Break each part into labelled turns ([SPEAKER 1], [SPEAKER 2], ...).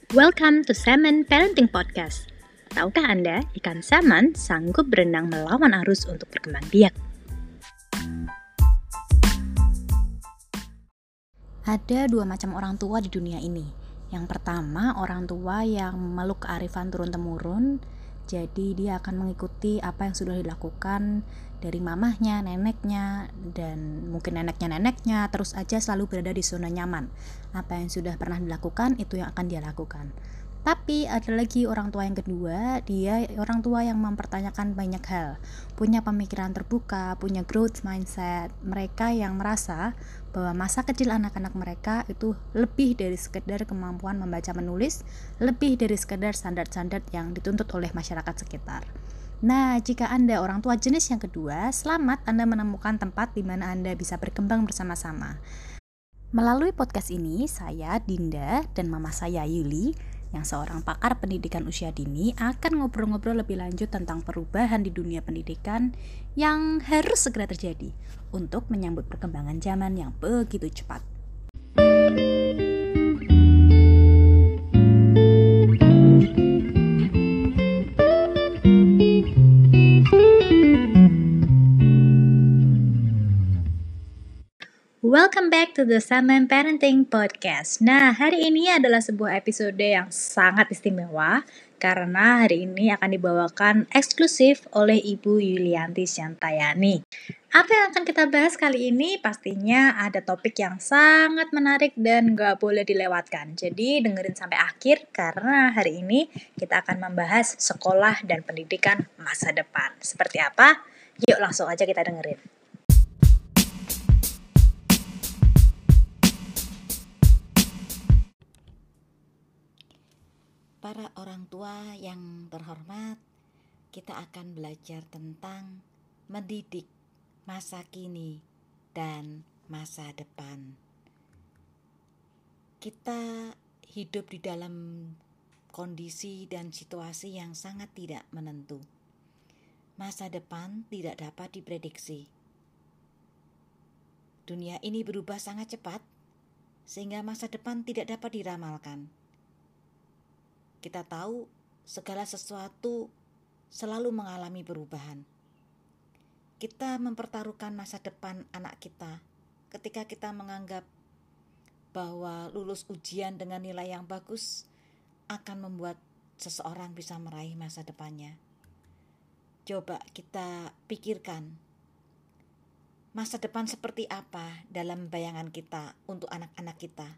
[SPEAKER 1] Welcome to Salmon Parenting Podcast. Tahukah Anda, ikan salmon sanggup berenang melawan arus untuk berkembang biak? Ada dua macam orang tua di dunia ini. Yang pertama, orang tua yang memeluk kearifan turun-temurun. Jadi dia akan mengikuti apa yang sudah dilakukan dari mamahnya, neneknya, dan mungkin neneknya, terus aja selalu berada di zona nyaman. Apa yang sudah pernah dilakukan, itu yang akan dia lakukan. Tapi ada lagi orang tua yang kedua, dia orang tua yang mempertanyakan banyak hal, punya pemikiran terbuka, punya growth mindset. Mereka yang merasa bahwa masa kecil anak-anak mereka itu lebih dari sekedar kemampuan membaca menulis, lebih dari sekedar standar-standar yang dituntut oleh masyarakat sekitar. Nah, jika Anda orang tua jenis yang kedua, selamat Anda menemukan tempat di mana Anda bisa berkembang bersama-sama. Melalui podcast ini, saya, Dinda, dan mama saya, Yuli, yang seorang pakar pendidikan usia dini, akan ngobrol-ngobrol lebih lanjut tentang perubahan di dunia pendidikan yang harus segera terjadi untuk menyambut perkembangan zaman yang begitu cepat. Welcome back to the Salmon Parenting Podcast. Nah, hari ini adalah sebuah episode yang sangat istimewa karena hari ini akan dibawakan eksklusif oleh Ibu Yulianti Syantayani. Apa yang akan kita bahas kali ini? Pastinya ada topik yang sangat menarik dan gak boleh dilewatkan. Jadi dengerin sampai akhir karena hari ini kita akan membahas sekolah dan pendidikan masa depan. Seperti apa? Yuk langsung aja kita dengerin.
[SPEAKER 2] Para orang tua yang terhormat, kita akan belajar tentang mendidik masa kini dan masa depan. Kita hidup di dalam kondisi dan situasi yang sangat tidak menentu. Masa depan tidak dapat diprediksi. Dunia ini berubah sangat cepat, sehingga masa depan tidak dapat diramalkan. Kita tahu segala sesuatu selalu mengalami perubahan. Kita mempertaruhkan masa depan anak kita ketika kita menganggap bahwa lulus ujian dengan nilai yang bagus akan membuat seseorang bisa meraih masa depannya. Coba kita pikirkan masa depan seperti apa dalam bayangan kita untuk anak-anak kita.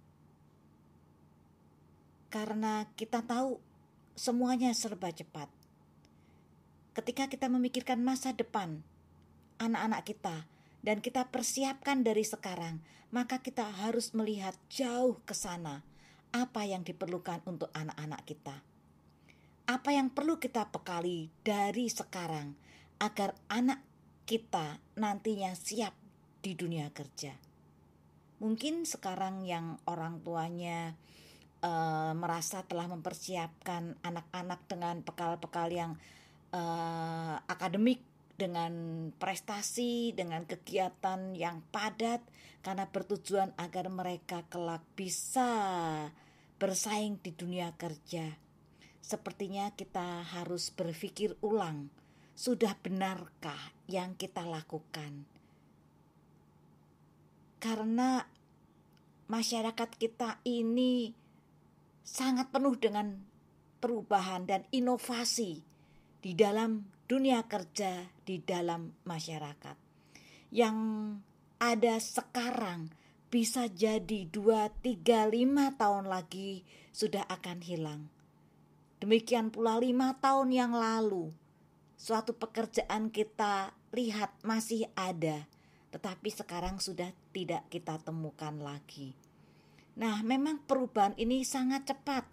[SPEAKER 2] Karena kita tahu semuanya serba cepat. Ketika kita memikirkan masa depan anak-anak kita dan kita persiapkan dari sekarang, maka kita harus melihat jauh ke sana apa yang diperlukan untuk anak-anak kita. Apa yang perlu kita bekali dari sekarang agar anak kita nantinya siap di dunia kerja. Mungkin sekarang yang orang tuanya merasa telah mempersiapkan anak-anak dengan bekal-bekal yang akademik, dengan prestasi, dengan kegiatan yang padat, karena bertujuan agar mereka kelak bisa bersaing di dunia kerja. Sepertinya kita harus berpikir ulang, sudah benarkah yang kita lakukan? Karena masyarakat kita ini sangat penuh dengan perubahan dan inovasi di dalam dunia kerja, di dalam masyarakat. Yang ada sekarang bisa jadi 2, 3, 5 tahun lagi sudah akan hilang. Demikian pula 5 tahun yang lalu, suatu pekerjaan kita lihat masih ada, tetapi sekarang sudah tidak kita temukan lagi. Nah, memang perubahan ini sangat cepat.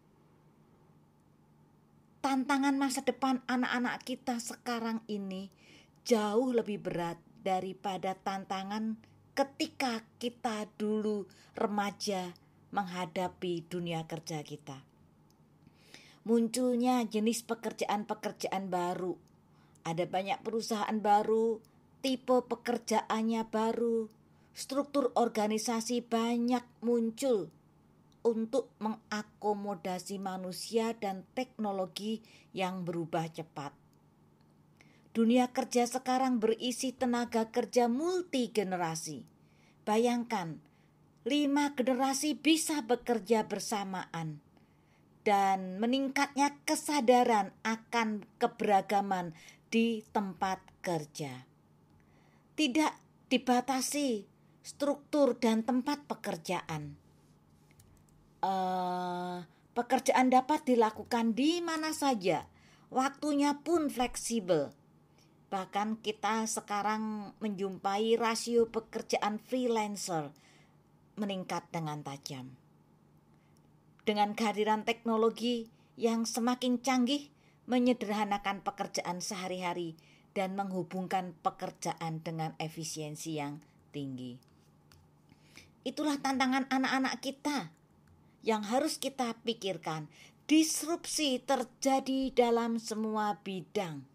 [SPEAKER 2] Tantangan masa depan anak-anak kita sekarang ini jauh lebih berat daripada tantangan ketika kita dulu remaja menghadapi dunia kerja kita. Munculnya jenis pekerjaan-pekerjaan baru. Ada banyak perusahaan baru, tipe pekerjaannya baru, struktur organisasi banyak muncul. untuk mengakomodasi manusia dan teknologi yang berubah cepat. Dunia kerja sekarang berisi tenaga kerja multigenerasi. Bayangkan, 5 generasi bisa bekerja bersamaan. Dan meningkatnya kesadaran akan keberagaman di tempat kerja. Tidak dibatasi struktur dan tempat pekerjaan. Pekerjaan dapat dilakukan di mana saja, waktunya pun fleksibel. Bahkan kita sekarang menjumpai rasio pekerjaan freelancer meningkat dengan tajam. Dengan kehadiran teknologi yang semakin canggih, menyederhanakan pekerjaan sehari-hari dan menghubungkan pekerjaan dengan efisiensi yang tinggi. Itulah tantangan anak-anak kita yang harus kita pikirkan. Disrupsi terjadi dalam semua bidang.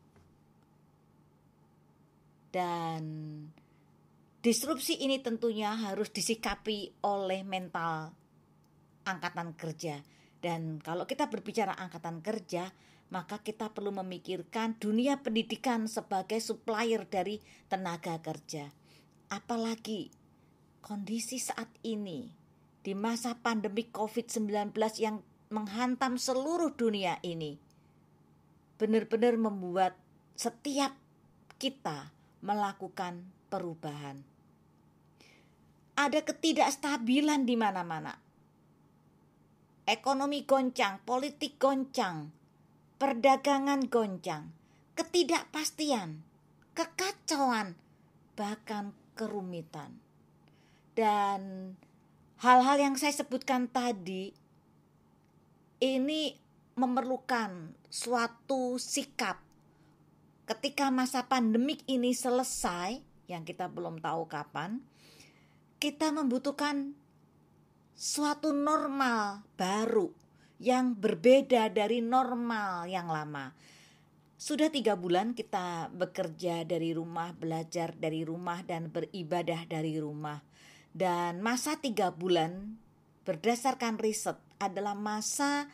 [SPEAKER 2] Dan disrupsi ini tentunya harus disikapi oleh mental angkatan kerja. Dan kalau kita berbicara angkatan kerja, maka kita perlu memikirkan dunia pendidikan sebagai supplier dari tenaga kerja. Apalagi kondisi saat ini di masa pandemi COVID-19 yang menghantam seluruh dunia ini benar-benar membuat setiap kita melakukan perubahan. Ada ketidakstabilan di mana-mana. Ekonomi goncang, politik goncang, perdagangan goncang, ketidakpastian, kekacauan, bahkan kerumitan. Dan hal-hal yang saya sebutkan tadi ini memerlukan suatu sikap. Ketika masa pandemik ini selesai, yang kita belum tahu kapan, kita membutuhkan suatu normal baru yang berbeda dari normal yang lama. Sudah 3 bulan kita bekerja dari rumah, belajar dari rumah, dan beribadah dari rumah. Dan masa 3 bulan berdasarkan riset adalah masa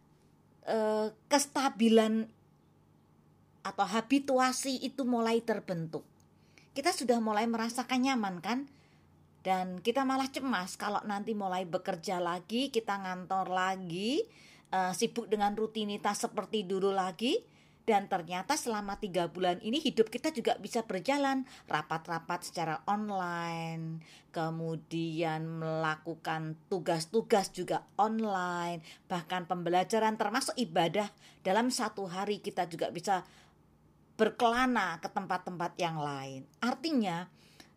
[SPEAKER 2] kestabilan atau habituasi itu mulai terbentuk. Kita sudah mulai merasakan nyaman kan? Dan kita malah cemas kalau nanti mulai bekerja lagi, kita ngantor lagi, sibuk dengan rutinitas seperti dulu lagi. Dan ternyata selama 3 bulan ini hidup kita juga bisa berjalan, rapat-rapat secara online, kemudian melakukan tugas-tugas juga online, bahkan pembelajaran termasuk ibadah dalam 1 hari kita juga bisa berkelana ke tempat-tempat yang lain. Artinya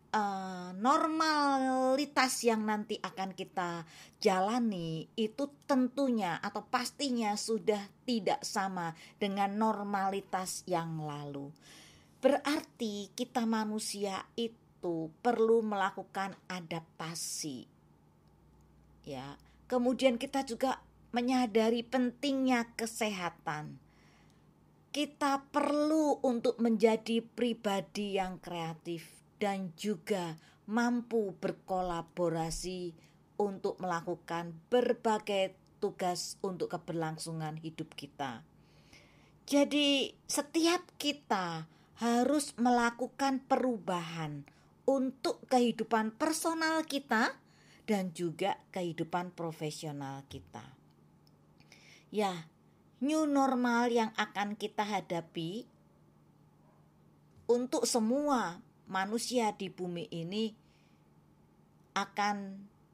[SPEAKER 2] normalitas yang nanti akan kita jalani itu tentunya atau pastinya sudah tidak sama dengan normalitas yang lalu. Berarti kita manusia itu perlu melakukan adaptasi. Ya, kemudian kita juga menyadari pentingnya kesehatan. Kita perlu untuk menjadi pribadi yang kreatif dan juga mampu berkolaborasi untuk melakukan berbagai tugas untuk keberlangsungan hidup kita. Jadi setiap kita harus melakukan perubahan untuk kehidupan personal kita dan juga kehidupan profesional kita. Ya, new normal yang akan kita hadapi untuk semua manusia di bumi ini akan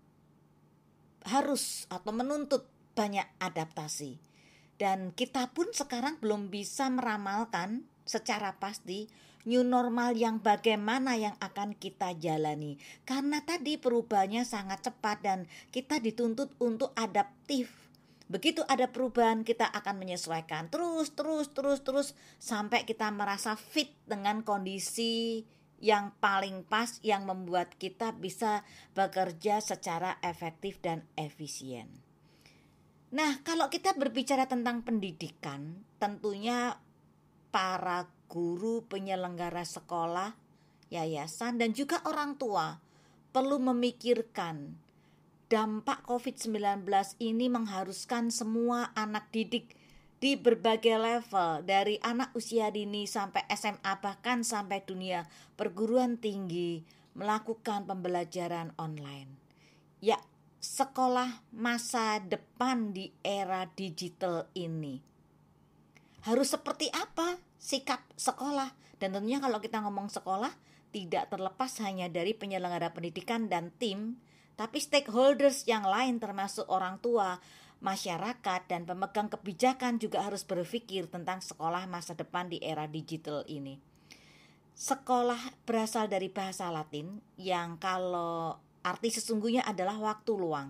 [SPEAKER 2] harus atau menuntut banyak adaptasi. Dan kita pun sekarang belum bisa meramalkan secara pasti new normal yang bagaimana yang akan kita jalani. Karena tadi perubahannya sangat cepat dan kita dituntut untuk adaptif. Begitu ada perubahan kita akan menyesuaikan terus sampai kita merasa fit dengan kondisi yang paling pas yang membuat kita bisa bekerja secara efektif dan efisien. Nah, kalau kita berbicara tentang pendidikan, tentunya para guru, penyelenggara sekolah, yayasan, dan juga orang tua perlu memikirkan dampak COVID-19 ini mengharuskan semua anak didik di berbagai level, dari anak usia dini sampai SMA bahkan sampai dunia perguruan tinggi, melakukan pembelajaran online. Ya, sekolah masa depan di era digital ini harus seperti apa sikap sekolah? Dan tentunya kalau kita ngomong sekolah, tidak terlepas hanya dari penyelenggara pendidikan dan tim, tapi stakeholders yang lain termasuk orang tua, masyarakat, dan pemegang kebijakan juga harus berpikir tentang sekolah masa depan di era digital ini. Sekolah berasal dari bahasa Latin yang kalau arti sesungguhnya adalah waktu luang.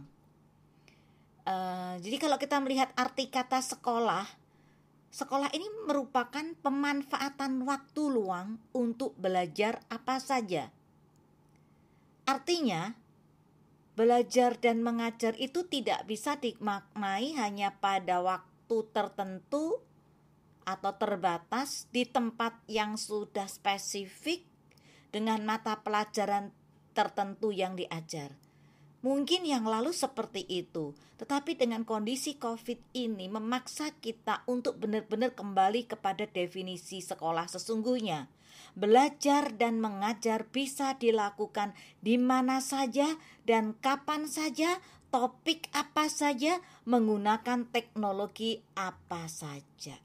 [SPEAKER 2] Jadi kalau kita melihat arti kata sekolah ini merupakan pemanfaatan waktu luang untuk belajar apa saja. Artinya, belajar dan mengajar itu tidak bisa dimaknai hanya pada waktu tertentu atau terbatas di tempat yang sudah spesifik dengan mata pelajaran tertentu yang diajar. Mungkin yang lalu seperti itu, tetapi dengan kondisi COVID ini memaksa kita untuk benar-benar kembali kepada definisi sekolah sesungguhnya. Belajar dan mengajar bisa dilakukan di mana saja dan kapan saja, topik apa saja, menggunakan teknologi apa saja.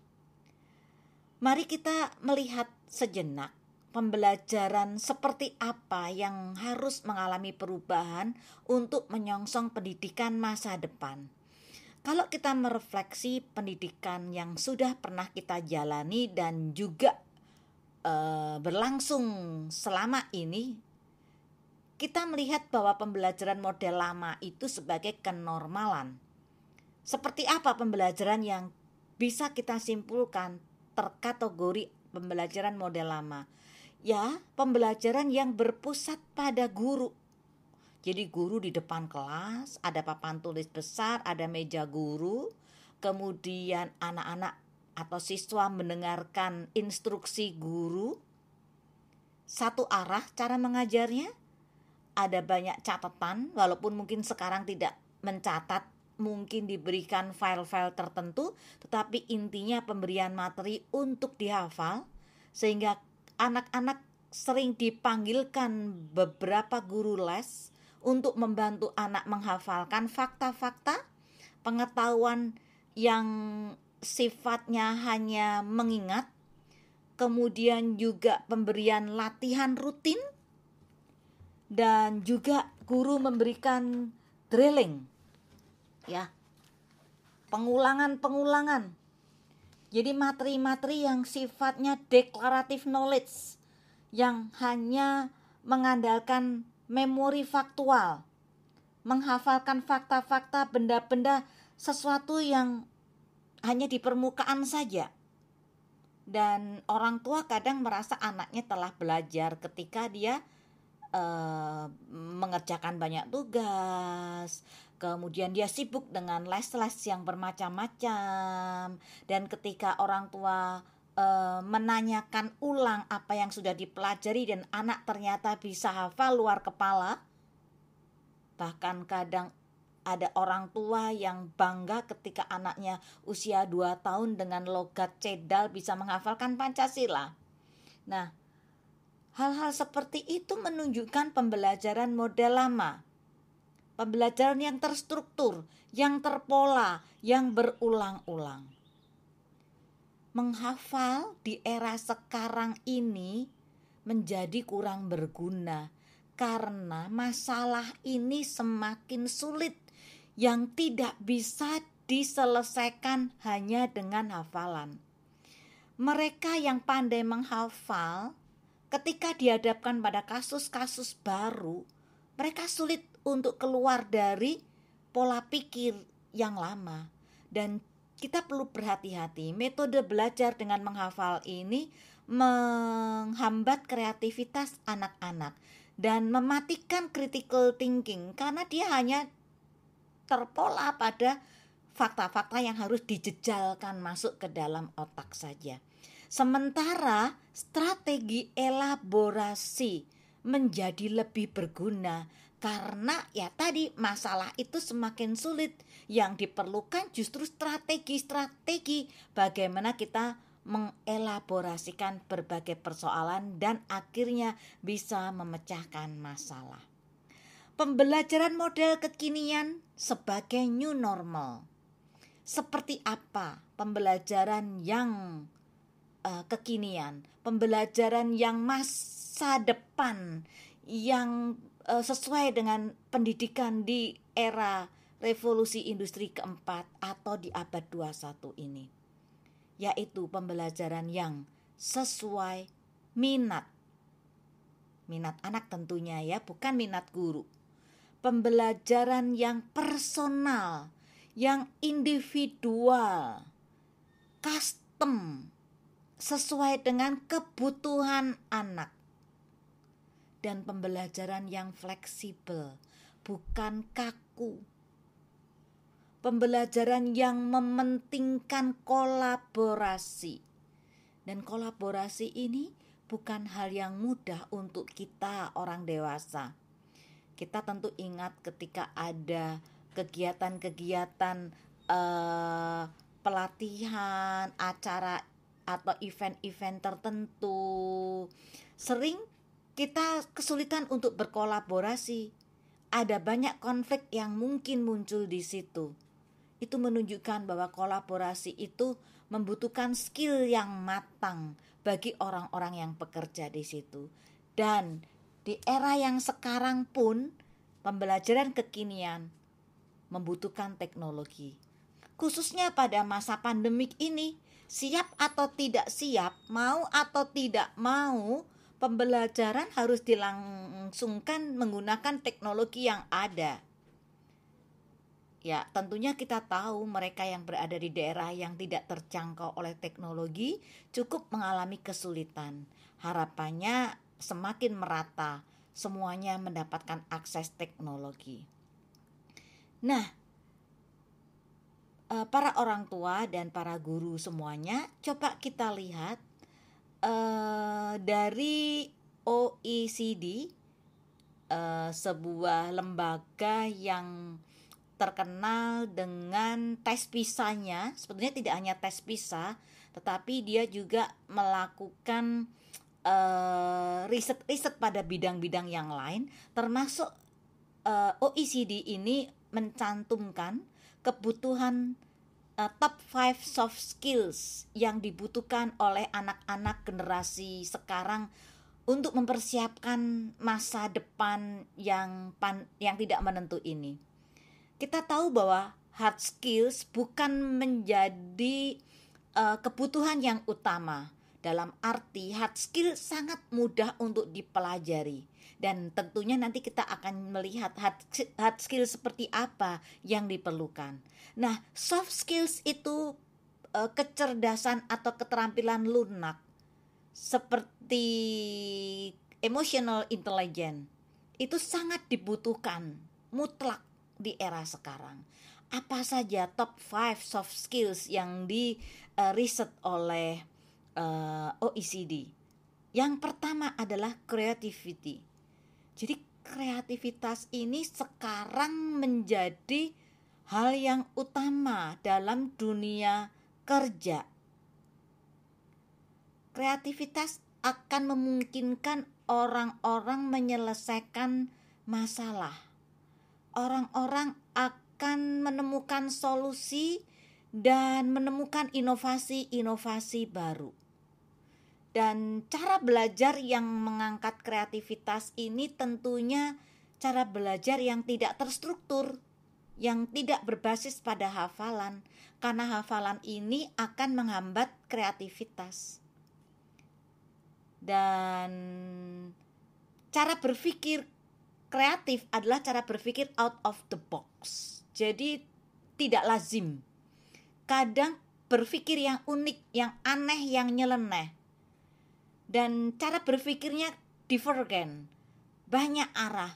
[SPEAKER 2] Mari kita melihat sejenak pembelajaran seperti apa yang harus mengalami perubahan untuk menyongsong pendidikan masa depan. Kalau kita merefleksi pendidikan yang sudah pernah kita jalani dan juga berlangsung selama ini, kita melihat bahwa pembelajaran model lama itu sebagai kenormalan. Seperti apa pembelajaran yang bisa kita simpulkan terkategori pembelajaran model lama? Ya, pembelajaran yang berpusat pada guru. Jadi guru di depan kelas, ada papan tulis besar, ada meja guru, kemudian anak-anak atau siswa mendengarkan instruksi guru. Satu arah cara mengajarnya, ada banyak catatan, walaupun mungkin sekarang tidak mencatat, mungkin diberikan file-file tertentu, tetapi intinya pemberian materi untuk dihafal, sehingga anak-anak sering dipanggilkan beberapa guru les untuk membantu anak menghafalkan fakta-fakta, pengetahuan yang sifatnya hanya mengingat, kemudian juga pemberian latihan rutin, dan juga guru memberikan drilling, ya, pengulangan. Jadi materi-materi yang sifatnya declarative knowledge, yang hanya mengandalkan memori faktual, menghafalkan fakta-fakta, benda-benda, sesuatu yang hanya di permukaan saja. Dan orang tua kadang merasa anaknya telah belajar ketika dia mengerjakan banyak tugas, kemudian dia sibuk dengan les-les yang bermacam-macam, dan ketika orang tua menanyakan ulang apa yang sudah dipelajari dan anak ternyata bisa hafal luar kepala, bahkan kadang ada orang tua yang bangga ketika anaknya usia 2 tahun dengan logat cedal bisa menghafalkan Pancasila. Nah, hal-hal seperti itu menunjukkan pembelajaran model lama. Pembelajaran yang terstruktur, yang terpola, yang berulang-ulang. Menghafal di era sekarang ini menjadi kurang berguna karena masalah ini semakin sulit, yang tidak bisa diselesaikan hanya dengan hafalan. Mereka yang pandai menghafal, ketika dihadapkan pada kasus-kasus baru, mereka sulit untuk keluar dari pola pikir yang lama. Dan kita perlu berhati-hati, metode belajar dengan menghafal ini menghambat kreativitas anak-anak dan mematikan critical thinking, karena dia hanya terpola pada fakta-fakta yang harus dijejalkan masuk ke dalam otak saja. Sementara strategi elaborasi menjadi lebih berguna. Karena ya tadi masalah itu semakin sulit. Yang diperlukan justru strategi-strategi bagaimana kita mengelaborasikan berbagai persoalan dan akhirnya bisa memecahkan masalah. Pembelajaran model kekinian sebagai new normal. Seperti apa pembelajaran yang kekinian, pembelajaran yang masa depan, yang sesuai dengan pendidikan di era revolusi industri keempat atau di abad 21 ini, yaitu pembelajaran yang sesuai minat anak tentunya ya, bukan minat guru. Pembelajaran yang personal, yang individual, custom, sesuai dengan kebutuhan anak. Dan pembelajaran yang fleksibel, bukan kaku. Pembelajaran yang mementingkan kolaborasi. Dan kolaborasi ini bukan hal yang mudah untuk kita orang dewasa. Kita tentu ingat ketika ada kegiatan-kegiatan pelatihan, acara atau event-event tertentu, sering kita kesulitan untuk berkolaborasi. Ada banyak konflik yang mungkin muncul di situ. Itu menunjukkan bahwa kolaborasi itu membutuhkan skill yang matang bagi orang-orang yang bekerja di situ. Dan di era yang sekarang pun pembelajaran kekinian membutuhkan teknologi. Khususnya pada masa pandemik ini, siap atau tidak siap, mau atau tidak mau, pembelajaran harus dilangsungkan menggunakan teknologi yang ada. Ya, tentunya kita tahu mereka yang berada di daerah yang tidak terjangkau oleh teknologi cukup mengalami kesulitan. Harapannya semakin merata, semuanya mendapatkan akses teknologi. Nah, para orang tua dan para guru semuanya, coba kita lihat dari OECD, sebuah lembaga yang terkenal dengan tes PISA-nya. Sebetulnya tidak hanya tes PISA, tetapi dia juga melakukan riset pada bidang-bidang yang lain, termasuk OECD ini mencantumkan kebutuhan top 5 soft skills yang dibutuhkan oleh anak-anak generasi sekarang untuk mempersiapkan masa depan yang tidak menentu ini. Kita tahu bahwa hard skills bukan menjadi kebutuhan yang utama. Dalam arti hard skill sangat mudah untuk dipelajari. Dan tentunya nanti kita akan melihat hard skill seperti apa yang diperlukan. Nah, soft skills itu kecerdasan atau keterampilan lunak seperti emotional intelligence itu sangat dibutuhkan mutlak di era sekarang. Apa saja top 5 soft skills yang di riset oleh OECD? Yang pertama adalah creativity. Jadi kreativitas ini sekarang menjadi hal yang utama dalam dunia kerja. Kreativitas akan memungkinkan orang-orang menyelesaikan masalah. Orang-orang akan menemukan solusi dan menemukan inovasi-inovasi baru. Dan cara belajar yang mengangkat kreativitas ini tentunya cara belajar yang tidak terstruktur, yang tidak berbasis pada hafalan, karena hafalan ini akan menghambat kreativitas. Dan cara berpikir kreatif adalah cara berpikir out of the box. Jadi tidak lazim. Kadang berpikir yang unik, yang aneh, yang nyeleneh. Dan cara berpikirnya divergen, banyak arah.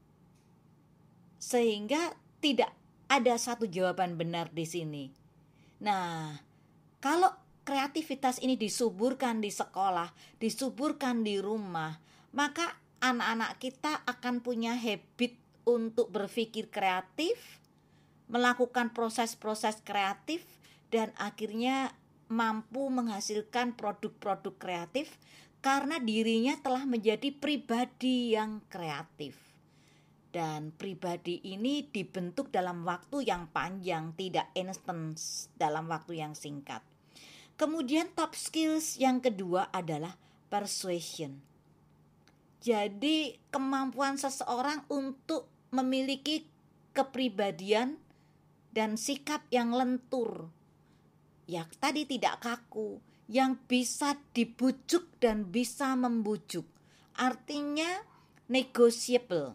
[SPEAKER 2] Sehingga tidak ada satu jawaban benar di sini. Nah, kalau kreativitas ini disuburkan di sekolah, disuburkan di rumah, maka anak-anak kita akan punya habit untuk berpikir kreatif, melakukan proses-proses kreatif, dan akhirnya mampu menghasilkan produk-produk kreatif karena dirinya telah menjadi pribadi yang kreatif. Dan pribadi ini dibentuk dalam waktu yang panjang, tidak instan dalam waktu yang singkat. Kemudian top skills yang kedua adalah persuasion. Jadi kemampuan seseorang untuk memiliki kepribadian dan sikap yang lentur, ya tadi tidak kaku, yang bisa dibujuk dan bisa membujuk. Artinya negotiable,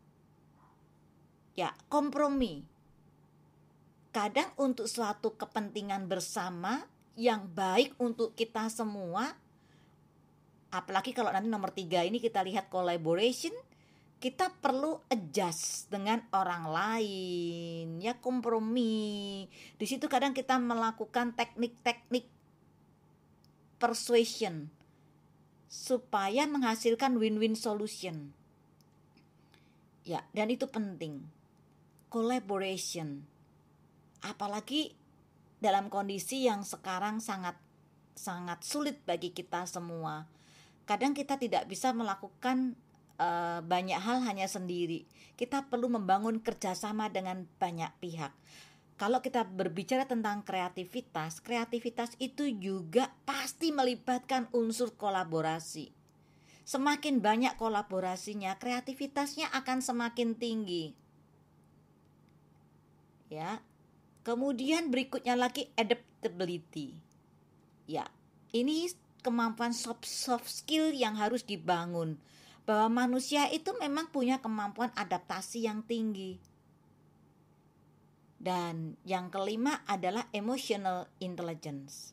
[SPEAKER 2] ya kompromi. Kadang untuk suatu kepentingan bersama yang baik untuk kita semua, apalagi kalau nanti nomor 3 ini kita lihat collaboration, kita perlu adjust dengan orang lain, ya kompromi. Di situ kadang kita melakukan teknik-teknik persuasion supaya menghasilkan win-win solution. Ya, dan itu penting. Collaboration. Apalagi dalam kondisi yang sekarang sangat sulit bagi kita semua. Kadang kita tidak bisa melakukan banyak hal hanya sendiri. Kita perlu membangun kerjasama dengan banyak pihak. Kalau kita berbicara tentang kreativitas itu juga pasti melibatkan unsur kolaborasi. Semakin banyak kolaborasinya, kreativitasnya akan semakin tinggi. Ya. Kemudian berikutnya lagi adaptability. Ya, ini kemampuan soft skill yang harus dibangun, bahwa manusia itu memang punya kemampuan adaptasi yang tinggi. Dan yang kelima adalah emotional intelligence,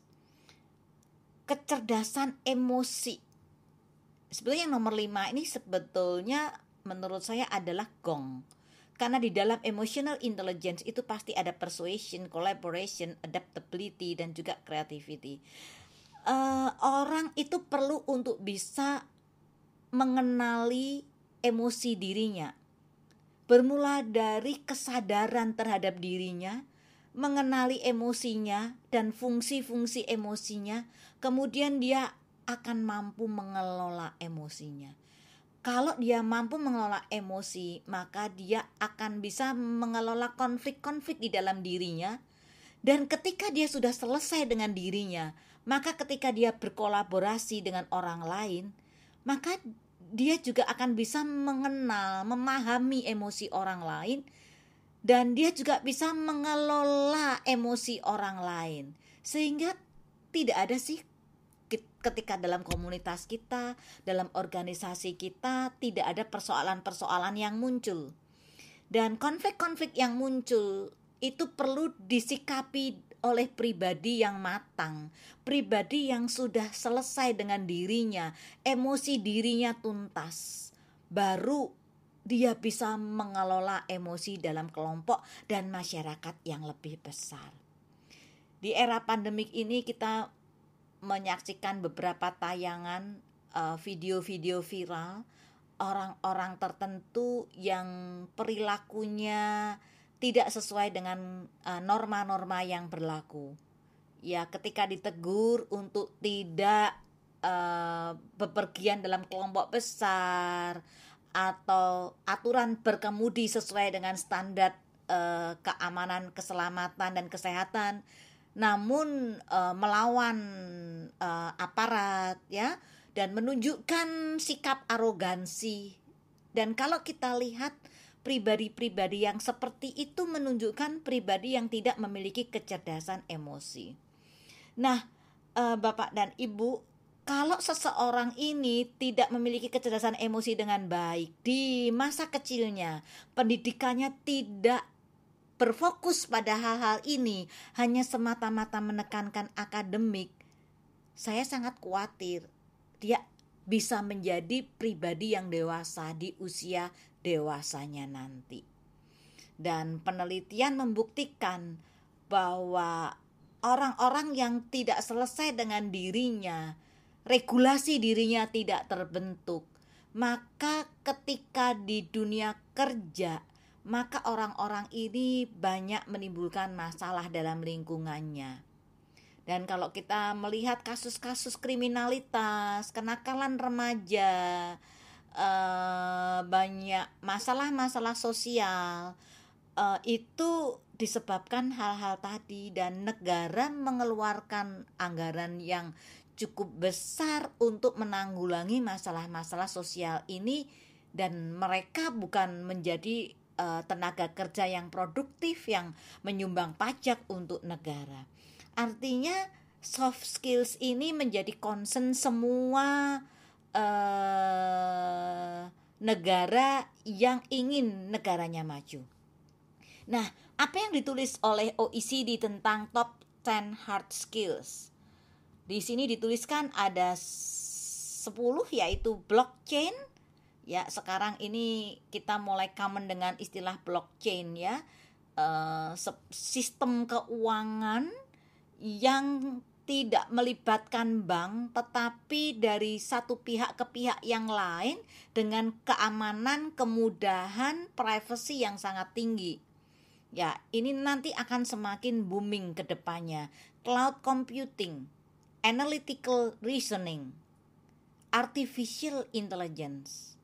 [SPEAKER 2] kecerdasan emosi. Sebetulnya yang nomor 5 ini sebetulnya menurut saya adalah gong, karena di dalam emotional intelligence itu pasti ada persuasion, collaboration, adaptability, dan juga creativity. Orang itu perlu untuk bisa mengenali emosi dirinya, bermula dari kesadaran terhadap dirinya, mengenali emosinya dan fungsi-fungsi emosinya, kemudian dia akan mampu mengelola emosinya. Kalau dia mampu mengelola emosi, maka dia akan bisa mengelola konflik-konflik di dalam dirinya. Dan ketika dia sudah selesai dengan dirinya, maka ketika dia berkolaborasi dengan orang lain, maka dia juga akan bisa mengenal, memahami emosi orang lain, dan dia juga bisa mengelola emosi orang lain. Sehingga tidak ada sih ketika dalam komunitas kita, dalam organisasi kita, tidak ada persoalan-persoalan yang muncul. Dan konflik-konflik yang muncul itu perlu disikapi oleh pribadi yang matang, pribadi yang sudah selesai dengan dirinya, emosi dirinya tuntas. Baru dia bisa mengelola emosi dalam kelompok dan masyarakat yang lebih besar. Di era pandemik ini kita menyaksikan beberapa tayangan video-video viral orang-orang tertentu yang perilakunya tidak sesuai dengan norma-norma yang berlaku. Ya, ketika ditegur untuk tidak bepergian dalam kelompok besar atau aturan berkemudi sesuai dengan standar keamanan, keselamatan dan kesehatan, namun melawan aparat, ya, dan menunjukkan sikap arogansi. Dan kalau kita lihat pribadi-pribadi yang seperti itu menunjukkan pribadi yang tidak memiliki kecerdasan emosi. Nah, Bapak dan Ibu, kalau seseorang ini tidak memiliki kecerdasan emosi dengan baik di masa kecilnya, pendidikannya tidak berfokus pada hal-hal ini, hanya semata-mata menekankan akademik, saya sangat khawatir dia bisa menjadi pribadi yang dewasa di usia dewasanya nanti. Dan penelitian membuktikan bahwa orang-orang yang tidak selesai dengan dirinya, regulasi dirinya tidak terbentuk, maka ketika di dunia kerja, maka orang-orang ini banyak menimbulkan masalah dalam lingkungannya. Dan kalau kita melihat kasus-kasus kriminalitas, kenakalan remaja, banyak masalah-masalah sosial, itu disebabkan hal-hal tadi, dan negara mengeluarkan anggaran yang cukup besar untuk menanggulangi masalah-masalah sosial ini, dan mereka bukan menjadi tenaga kerja yang produktif yang menyumbang pajak untuk negara. Artinya soft skills ini menjadi concern semua negara yang ingin negaranya maju. Nah, apa yang ditulis oleh OECD tentang top 10 hard skills? Di sini dituliskan ada 10, yaitu blockchain. Ya, sekarang ini kita mulai common dengan istilah blockchain ya. Sistem keuangan yang tidak melibatkan bank, tetapi dari satu pihak ke pihak yang lain dengan keamanan, kemudahan, privasi yang sangat tinggi. Ya, ini nanti akan semakin booming ke depannya. Cloud computing, analytical reasoning, artificial intelligence,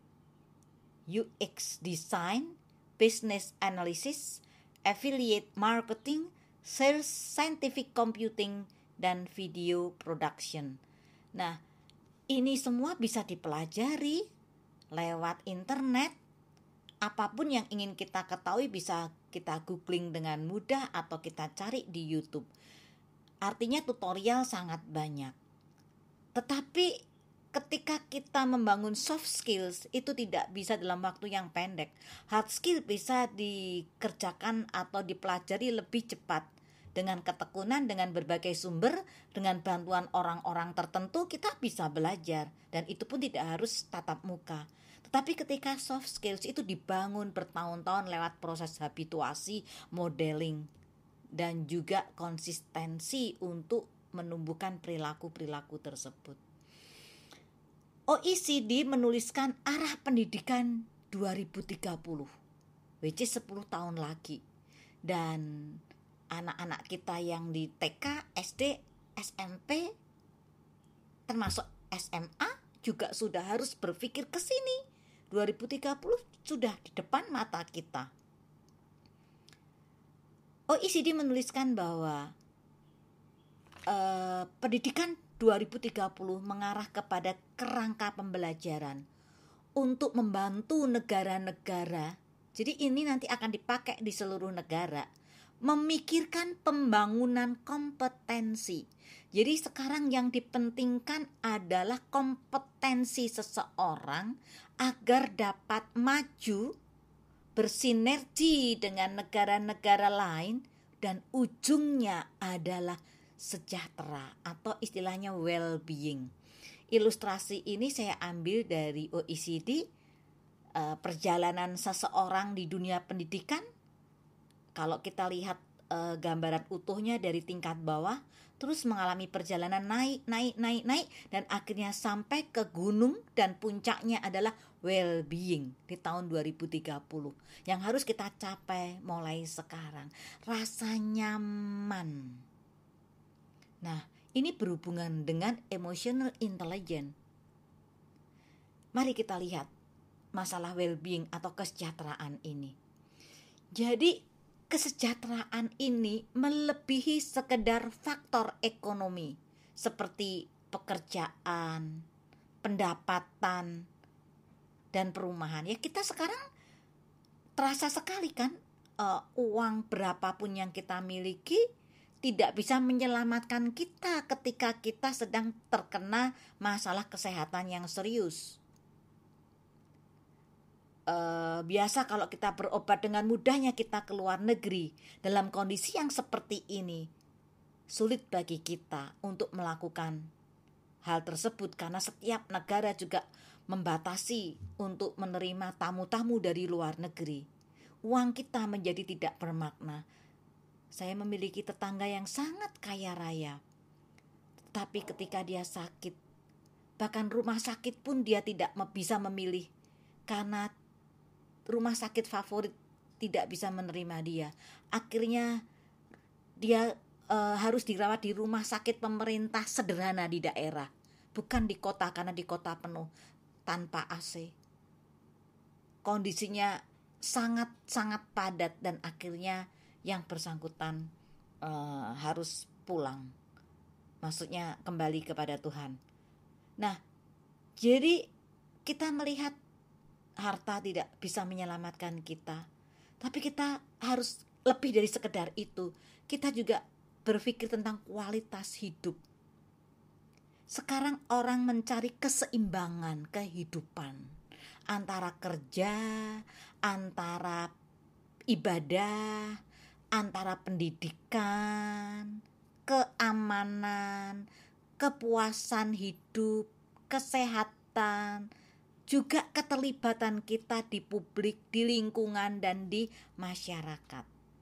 [SPEAKER 2] UX design, business analysis, affiliate marketing, scientific computing, dan video production. Nah, ini semua bisa dipelajari lewat internet. Apapun yang ingin kita ketahui bisa kita googling dengan mudah atau kita cari di YouTube. Artinya tutorial sangat banyak. Tetapi ketika kita membangun soft skills itu tidak bisa dalam waktu yang pendek. Hard skill bisa dikerjakan atau dipelajari lebih cepat. Dengan ketekunan, dengan berbagai sumber, dengan bantuan orang-orang tertentu kita bisa belajar. Dan itu pun tidak harus tatap muka. Tetapi ketika soft skills itu dibangun bertahun-tahun lewat proses habituasi, modeling, dan juga konsistensi untuk menumbuhkan perilaku-perilaku tersebut. OECD menuliskan arah pendidikan 2030, which is 10 tahun lagi. Dan anak-anak kita yang di TK, SD, SMP, termasuk SMA juga sudah harus berpikir ke sini. 2030 sudah di depan mata kita. OECD menuliskan bahwa pendidikan 2030 mengarah kepada kerangka pembelajaran untuk membantu negara-negara. Jadi ini nanti akan dipakai di seluruh negara, memikirkan pembangunan kompetensi. Jadi sekarang yang dipentingkan adalah kompetensi seseorang agar dapat maju, bersinergi dengan negara-negara lain, dan ujungnya adalah sejahtera atau istilahnya well-being. Ilustrasi ini saya ambil dari OECD, perjalanan seseorang di dunia pendidikan. Kalau kita lihat gambaran utuhnya dari tingkat bawah, terus mengalami perjalanan naik, dan akhirnya sampai ke gunung, dan puncaknya adalah well-being di tahun 2030 yang harus kita capai mulai sekarang. Rasa nyaman. Nah, ini berhubungan dengan emotional intelligence. Mari kita lihat masalah well-being atau kesejahteraan ini. Jadi kesejahteraan ini melebihi sekedar faktor ekonomi seperti pekerjaan, pendapatan, dan perumahan. Ya, kita sekarang terasa sekali kan, uang berapapun yang kita miliki tidak bisa menyelamatkan kita ketika kita sedang terkena masalah kesehatan yang serius. Biasa kalau kita berobat dengan mudahnya kita ke luar negeri. Dalam kondisi yang seperti ini, sulit bagi kita untuk melakukan hal tersebut karena setiap negara juga membatasi untuk menerima tamu-tamu dari luar negeri. Uang kita menjadi tidak bermakna. Saya memiliki tetangga yang sangat kaya raya, tetapi ketika dia sakit, Bahkan rumah sakit pun dia tidak bisa memilih, karena rumah sakit favorit tidak bisa menerima dia. Akhirnya dia harus dirawat di rumah sakit pemerintah sederhana di daerah, bukan di kota, karena di kota penuh tanpa AC. Kondisinya sangat-sangat padat dan akhirnya yang bersangkutan harus pulang. Maksudnya kembali kepada Tuhan. Nah, jadi kita melihat harta tidak bisa menyelamatkan kita, tapi kita harus lebih dari sekedar itu. Kita juga berpikir tentang kualitas hidup. Sekarang orang mencari keseimbangan kehidupan antara kerja, antara ibadah, antara pendidikan, keamanan, kepuasan hidup, kesehatan, juga keterlibatan kita di publik, di lingkungan, dan di masyarakat.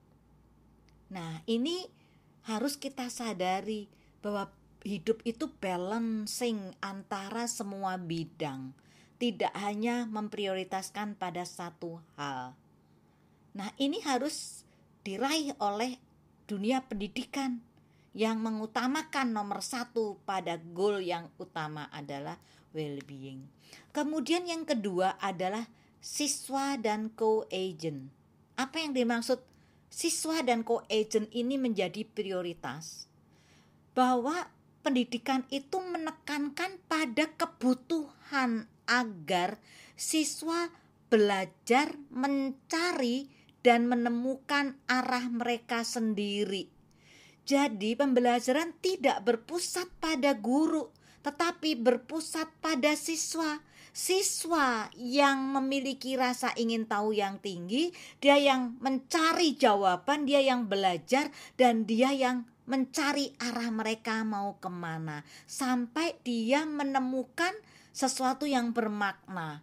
[SPEAKER 2] Nah, ini harus kita sadari bahwa hidup itu balancing antara semua bidang, tidak hanya memprioritaskan pada satu hal. Nah, ini harus diraih oleh dunia pendidikan yang mengutamakan nomor satu pada goal yang utama adalah well-being. Kemudian yang kedua adalah siswa dan co-agent. Apa yang dimaksud siswa dan co-agent ini menjadi prioritas? Bahwa pendidikan itu menekankan pada kebutuhan agar siswa belajar mencari dan menemukan arah mereka sendiri. Jadi pembelajaran tidak berpusat pada guru, tetapi berpusat pada siswa. Siswa yang memiliki rasa ingin tahu yang tinggi, dia yang mencari jawaban, dia yang belajar, dan dia yang mencari arah mereka mau kemana, sampai dia menemukan sesuatu yang bermakna.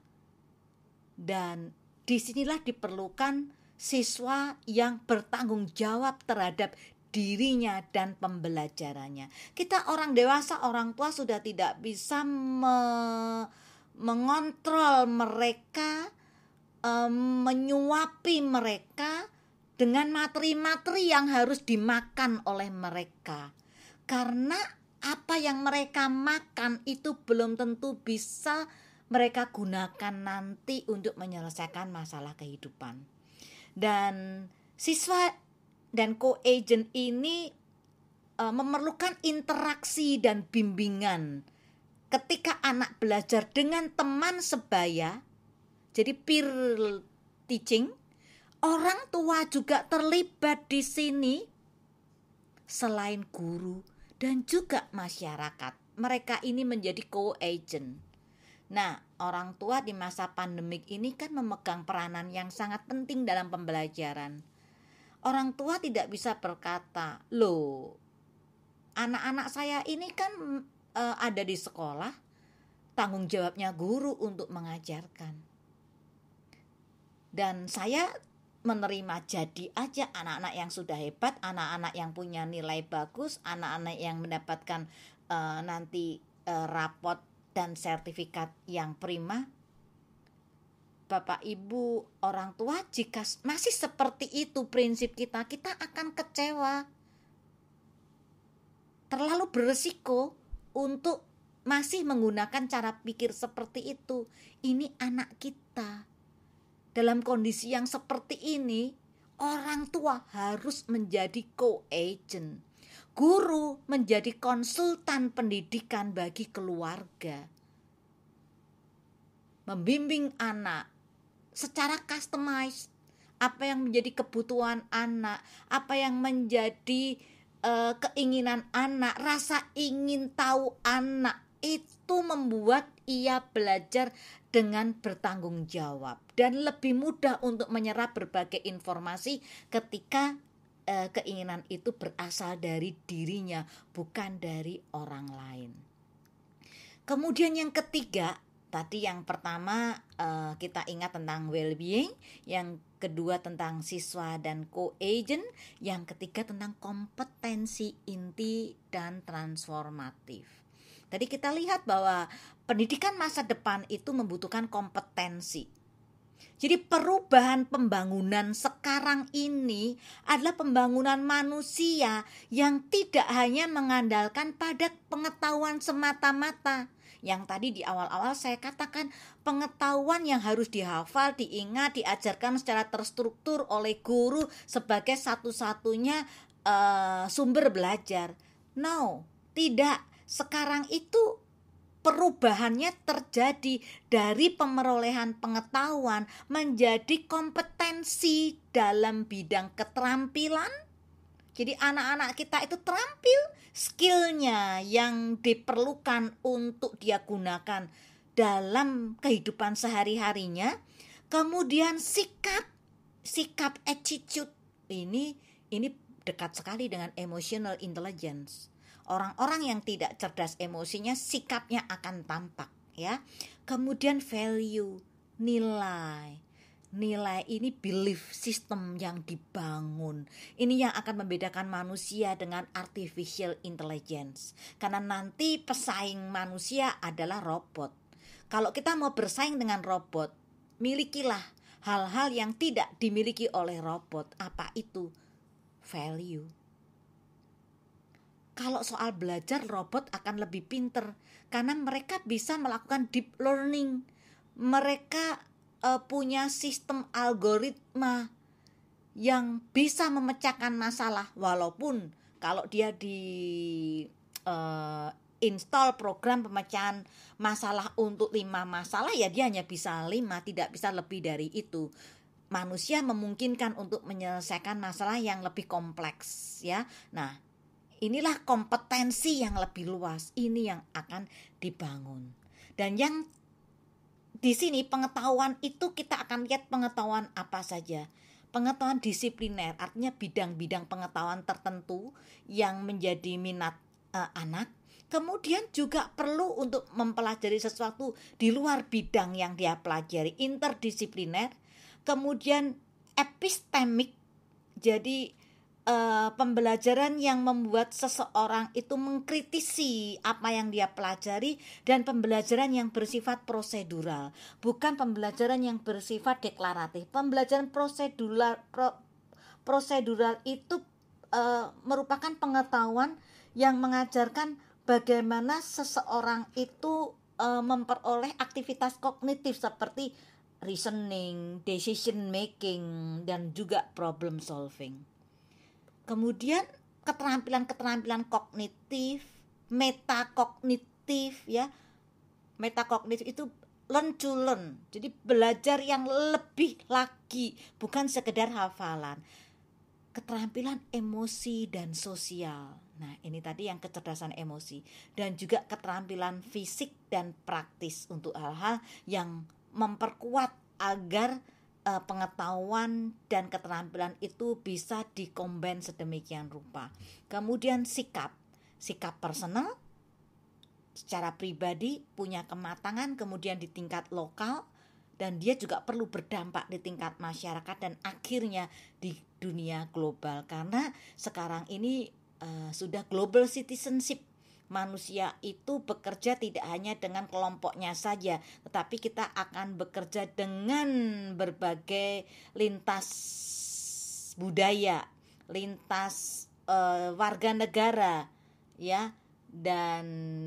[SPEAKER 2] Dan disinilah diperlukan siswa yang bertanggung jawab terhadap dirinya dan pembelajarannya. Kita orang dewasa, orang tua sudah tidak bisa mengontrol mereka, menyuapi mereka dengan materi-materi yang harus dimakan oleh mereka. Karena apa yang mereka makan itu belum tentu bisa mereka gunakan nanti untuk menyelesaikan masalah kehidupan. Dan siswa dan co-agent ini memerlukan interaksi dan bimbingan. Ketika anak belajar dengan teman sebaya, jadi peer teaching, orang tua juga terlibat di sini selain guru dan juga masyarakat. Mereka ini menjadi co-agent. Nah, orang tua di masa pandemik ini kan memegang peranan yang sangat penting dalam pembelajaran. Orang tua tidak bisa berkata, loh, anak-anak saya ini kan ada di sekolah, tanggung jawabnya guru untuk mengajarkan. Dan saya menerima jadi aja anak-anak yang sudah hebat, anak-anak yang punya nilai bagus, anak-anak yang mendapatkan nanti rapot dan sertifikat yang prima. Bapak Ibu orang tua, jika masih seperti itu prinsip kita akan kecewa. Terlalu beresiko untuk masih menggunakan cara pikir seperti itu. Ini anak kita. Dalam kondisi yang seperti ini, orang tua harus menjadi co-agent. Guru menjadi konsultan pendidikan bagi keluarga. Membimbing anak secara customized, apa yang menjadi kebutuhan anak, apa yang menjadi keinginan anak, rasa ingin tahu anak, itu membuat ia belajar dengan bertanggung jawab dan lebih mudah untuk menyerap berbagai informasi ketika keinginan itu berasal dari dirinya, bukan dari orang lain. Kemudian yang ketiga, tadi yang pertama kita ingat tentang well-being, yang kedua tentang siswa dan co-agent, yang ketiga tentang kompetensi inti dan transformatif. Tadi kita lihat bahwa pendidikan masa depan itu membutuhkan kompetensi. Jadi perubahan pembangunan sekarang ini adalah pembangunan manusia yang tidak hanya mengandalkan pada pengetahuan semata-mata. Yang tadi di awal-awal saya katakan, pengetahuan yang harus dihafal, diingat, diajarkan secara terstruktur oleh guru sebagai satu-satunya sumber belajar. No, tidak. Sekarang itu perubahannya terjadi dari pemerolehan pengetahuan menjadi kompetensi dalam bidang keterampilan. Jadi anak-anak kita itu terampil, skillnya yang diperlukan untuk dia gunakan dalam kehidupan sehari-harinya. Kemudian sikap attitude ini dekat sekali dengan emotional intelligence. Orang-orang yang tidak cerdas emosinya, sikapnya akan tampak, ya. Kemudian value, nilai ini belief system yang dibangun. Ini yang akan membedakan manusia dengan artificial intelligence. Karena nanti pesaing manusia adalah robot. Kalau kita mau bersaing dengan robot, milikilah hal-hal yang tidak dimiliki oleh robot. Apa itu? Value. Kalau soal belajar, robot akan lebih pinter karena mereka bisa melakukan deep learning. Mereka punya sistem algoritma yang bisa memecahkan masalah. Walaupun kalau dia install program pemecahan masalah untuk 5 masalah, ya dia hanya bisa 5, tidak bisa lebih dari itu. Manusia memungkinkan untuk menyelesaikan masalah yang lebih kompleks, ya. Nah, inilah kompetensi yang lebih luas, ini yang akan dibangun. Dan yang di sini pengetahuan itu kita akan lihat pengetahuan apa saja. Pengetahuan disipliner, artinya bidang-bidang pengetahuan tertentu yang menjadi minat anak. Kemudian juga perlu untuk mempelajari sesuatu di luar bidang yang dia pelajari, interdisipliner. Kemudian epistemik, jadi pembelajaran yang membuat seseorang itu mengkritisi apa yang dia pelajari, dan pembelajaran yang bersifat prosedural, bukan pembelajaran yang bersifat deklaratif. Pembelajaran prosedural itu merupakan pengetahuan yang mengajarkan bagaimana seseorang itu memperoleh aktivitas kognitif seperti reasoning, decision making, dan juga problem solving. Kemudian keterampilan kognitif, metakognitif, ya. Metakognitif itu learn to learn. Jadi belajar yang lebih lagi, bukan sekedar hafalan. Keterampilan emosi dan sosial. Nah, ini tadi yang kecerdasan emosi, dan juga keterampilan fisik dan praktis untuk hal-hal yang memperkuat agar pengetahuan dan keterampilan itu bisa dikombin sedemikian rupa. Kemudian sikap personal, secara pribadi punya kematangan, kemudian di tingkat lokal, dan dia juga perlu berdampak di tingkat masyarakat dan akhirnya di dunia global. Karena sekarang ini sudah global citizenship. Manusia itu bekerja tidak hanya dengan kelompoknya saja, tetapi kita akan bekerja dengan berbagai lintas budaya, lintas warga negara, ya, dan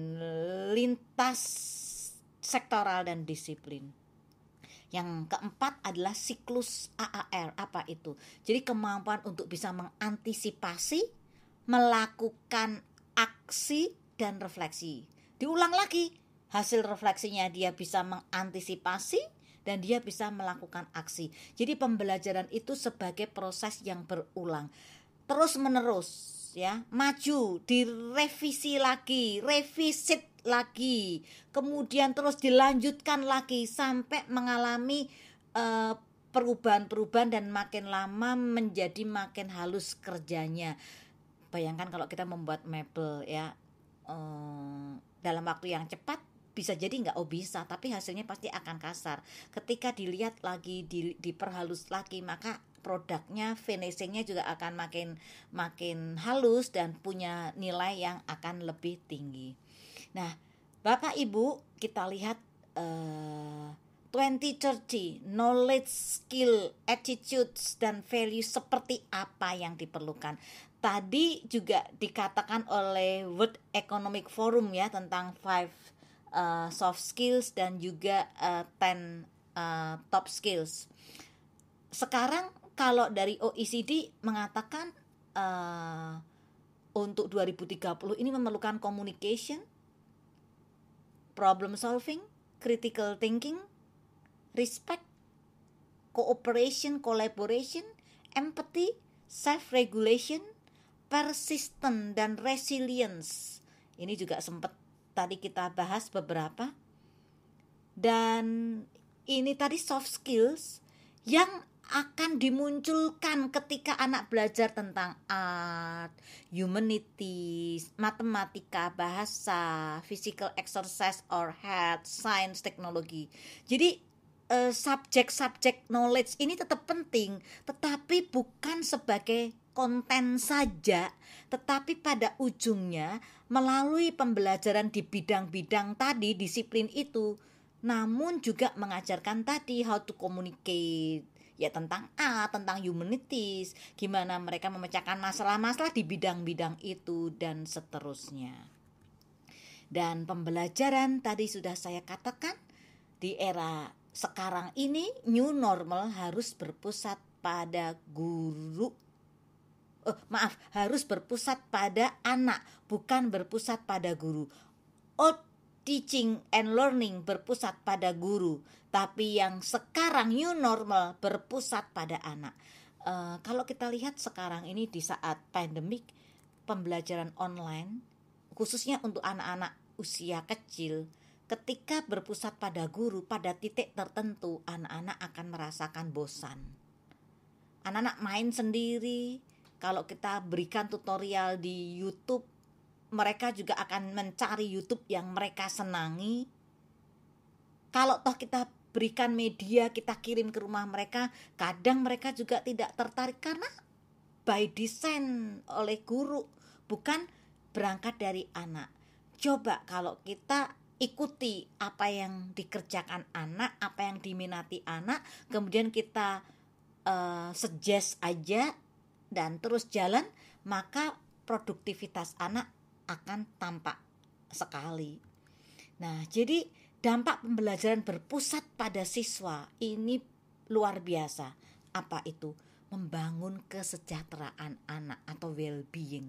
[SPEAKER 2] lintas sektoral dan disiplin. Yang keempat adalah siklus AAR. Apa itu? Jadi kemampuan untuk bisa mengantisipasi, melakukan aksi, dan refleksi. Diulang lagi, hasil refleksinya dia bisa mengantisipasi dan dia bisa melakukan aksi. Jadi pembelajaran itu sebagai proses yang berulang, terus menerus, ya, maju, direvisi lagi, revisit lagi, kemudian terus dilanjutkan lagi sampai mengalami perubahan-perubahan dan makin lama menjadi makin halus kerjanya. Bayangkan kalau kita membuat mebel, ya, dalam waktu yang cepat bisa jadi bisa, tapi hasilnya pasti akan kasar. Ketika dilihat lagi, diperhalus lagi, maka produknya, finishingnya juga akan makin halus dan punya nilai yang akan lebih tinggi. Nah, Bapak Ibu, kita lihat 2030 knowledge, skill, attitudes, dan values seperti apa yang diperlukan. Tadi juga dikatakan oleh World Economic Forum ya tentang 5 soft skills dan juga 10 top skills. Sekarang kalau dari OECD mengatakan untuk 2030 ini memerlukan communication, problem solving, critical thinking, respect, cooperation, collaboration, empathy, self-regulation, persistent, dan resilience. Ini juga sempat tadi kita bahas beberapa. Dan ini tadi soft skills yang akan dimunculkan ketika anak belajar tentang art, humanities, matematika, bahasa, physical exercise or health, science, teknologi. Jadi subjek-subjek knowledge ini tetap penting, tetapi bukan sebagai konten saja, tetapi pada ujungnya melalui pembelajaran di bidang-bidang tadi, disiplin itu, namun juga mengajarkan tadi how to communicate, ya tentang tentang humanities, gimana mereka memecahkan masalah-masalah di bidang-bidang itu dan seterusnya. Dan pembelajaran tadi sudah saya katakan, di era sekarang ini new normal harus berpusat pada harus berpusat pada anak, bukan berpusat pada guru. Old teaching and learning berpusat pada guru, tapi yang sekarang new normal berpusat pada anak. Kalau kita lihat sekarang ini di saat pandemik, pembelajaran online khususnya untuk anak-anak usia kecil, ketika berpusat pada guru, pada titik tertentu anak-anak akan merasakan bosan. Anak-anak main sendiri. Kalau kita berikan tutorial di YouTube, mereka juga akan mencari YouTube yang mereka senangi. Kalau toh kita berikan media, kita kirim ke rumah mereka, kadang mereka juga tidak tertarik karena by design oleh guru, bukan berangkat dari anak. Coba kalau kita ikuti apa yang dikerjakan anak, apa yang diminati anak, kemudian kita suggest aja dan terus jalan, maka produktivitas anak akan tampak sekali. Nah, jadi dampak pembelajaran berpusat pada siswa ini luar biasa. Apa itu? Membangun kesejahteraan anak atau well-being.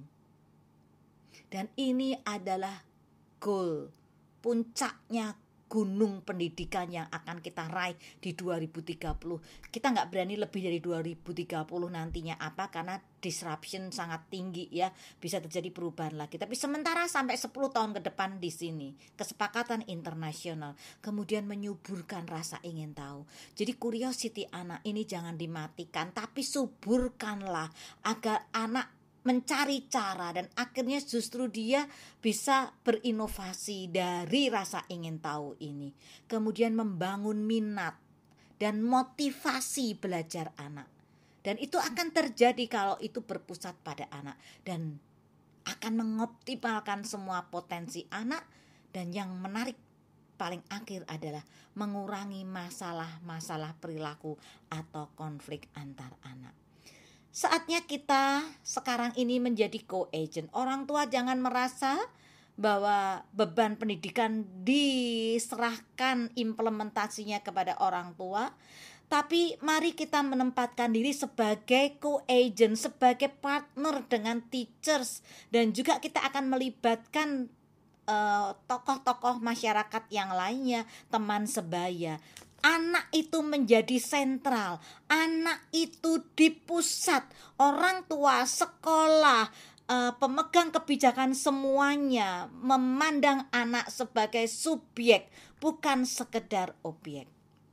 [SPEAKER 2] Dan ini adalah goal, puncaknya gunung pendidikan yang akan kita raih di 2030. Kita nggak berani lebih dari 2030 nantinya. Apa? Karena disruption sangat tinggi ya, bisa terjadi perubahan lagi. Tapi sementara sampai 10 tahun ke depan di sini, kesepakatan internasional, kemudian menyuburkan rasa ingin tahu. Jadi curiosity anak ini jangan dimatikan, tapi suburkanlah agar anak mencari cara dan akhirnya justru dia bisa berinovasi dari rasa ingin tahu ini. Kemudian membangun minat dan motivasi belajar anak. Dan itu akan terjadi kalau itu berpusat pada anak dan akan mengoptimalkan semua potensi anak. Dan yang menarik paling akhir adalah mengurangi masalah-masalah perilaku atau konflik antar anak. Saatnya kita sekarang ini menjadi co-agent. Orang tua jangan merasa bahwa beban pendidikan diserahkan implementasinya kepada orang tua, tapi mari kita menempatkan diri sebagai co-agent, sebagai partner dengan teachers, dan juga kita akan melibatkan tokoh-tokoh masyarakat yang lainnya, teman sebaya. Anak itu menjadi sentral, anak itu di pusat, orang tua, sekolah, pemegang kebijakan semuanya memandang anak sebagai subjek, bukan sekedar objek.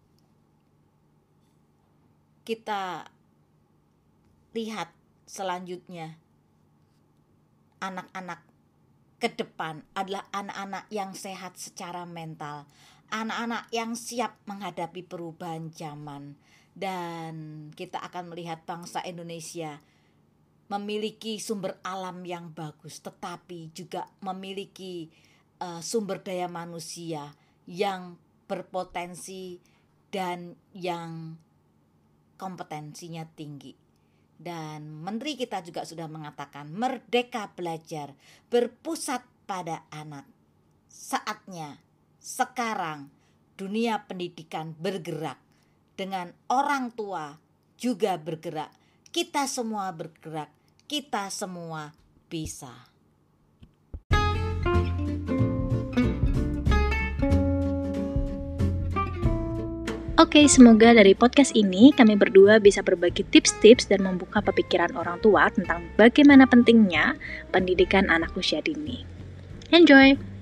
[SPEAKER 2] Kita lihat selanjutnya, anak-anak ke depan adalah anak-anak yang sehat secara mental, anak-anak yang siap menghadapi perubahan zaman. Dan kita akan melihat bangsa Indonesia memiliki sumber alam yang bagus, tetapi juga memiliki sumber daya manusia yang berpotensi dan yang kompetensinya tinggi. Dan menteri kita juga sudah mengatakan merdeka belajar berpusat pada anak. Saatnya sekarang dunia pendidikan bergerak, dengan orang tua juga bergerak. Kita semua bergerak, kita semua bisa.
[SPEAKER 1] Oke, semoga dari podcast ini kami berdua bisa berbagi tips-tips dan membuka pemikiran orang tua tentang bagaimana pentingnya pendidikan anak usia dini. Enjoy!